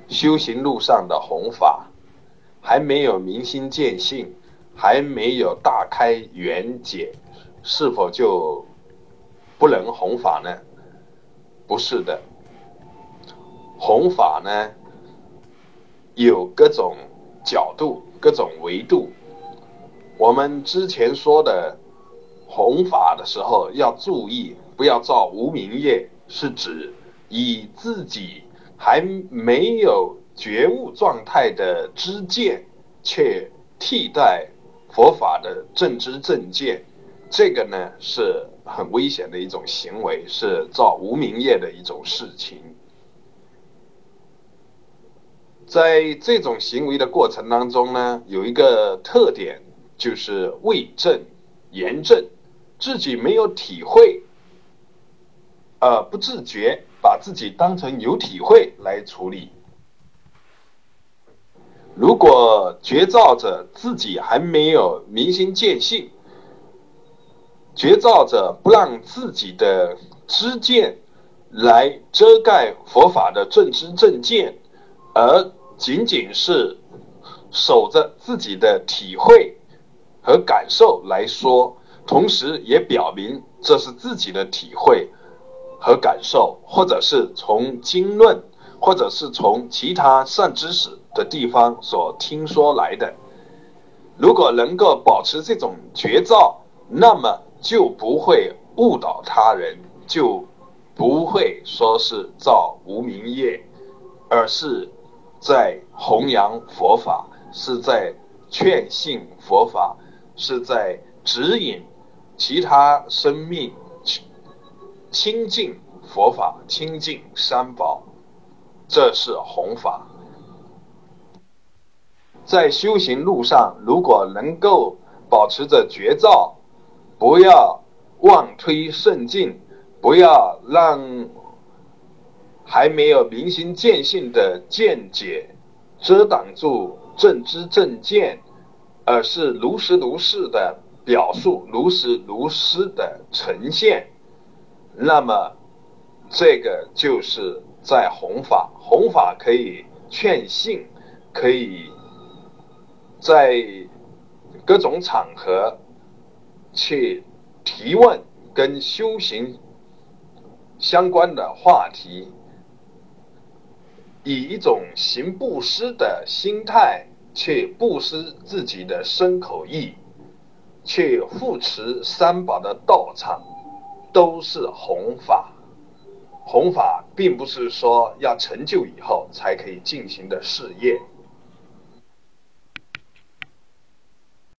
修行路上的弘法，还没有明心见性，还没有大开圆解，是否就不能弘法呢？不是的，弘法呢有各种角度、各种维度。我们之前说的弘法的时候要注意，不要造无明业，是指以自己还没有觉悟状态的知见，却替代佛法的正知正见，这个呢是很危险的一种行为，是造无明业的一种事情。在这种行为的过程当中呢，有一个特点，就是未证言证，自己没有体会，不自觉把自己当成有体会来处理。如果觉照着自己还没有明心见性，觉照着不让自己的知见来遮盖佛法的正知正见，而仅仅是守着自己的体会和感受来说，同时也表明这是自己的体会和感受，或者是从经论，或者是从其他善知识的地方所听说来的。如果能够保持这种觉照，那么就不会误导他人，就不会说是造无明业，而是在弘扬佛法，是在劝信佛法，是在指引其他生命亲近佛法，亲近三宝，这是弘法。在修行路上，如果能够保持着觉照，不要妄推甚进，不要让还没有明心见性的见解遮挡住正知正见，而是如实如是的表述，如实如实的呈现，那么这个就是在弘法。弘法可以劝信，可以在各种场合去提问跟修行相关的话题，以一种行布施的心态去布施自己的身口意，去护持三宝的道场，都是弘法。弘法并不是说要成就以后才可以进行的事业。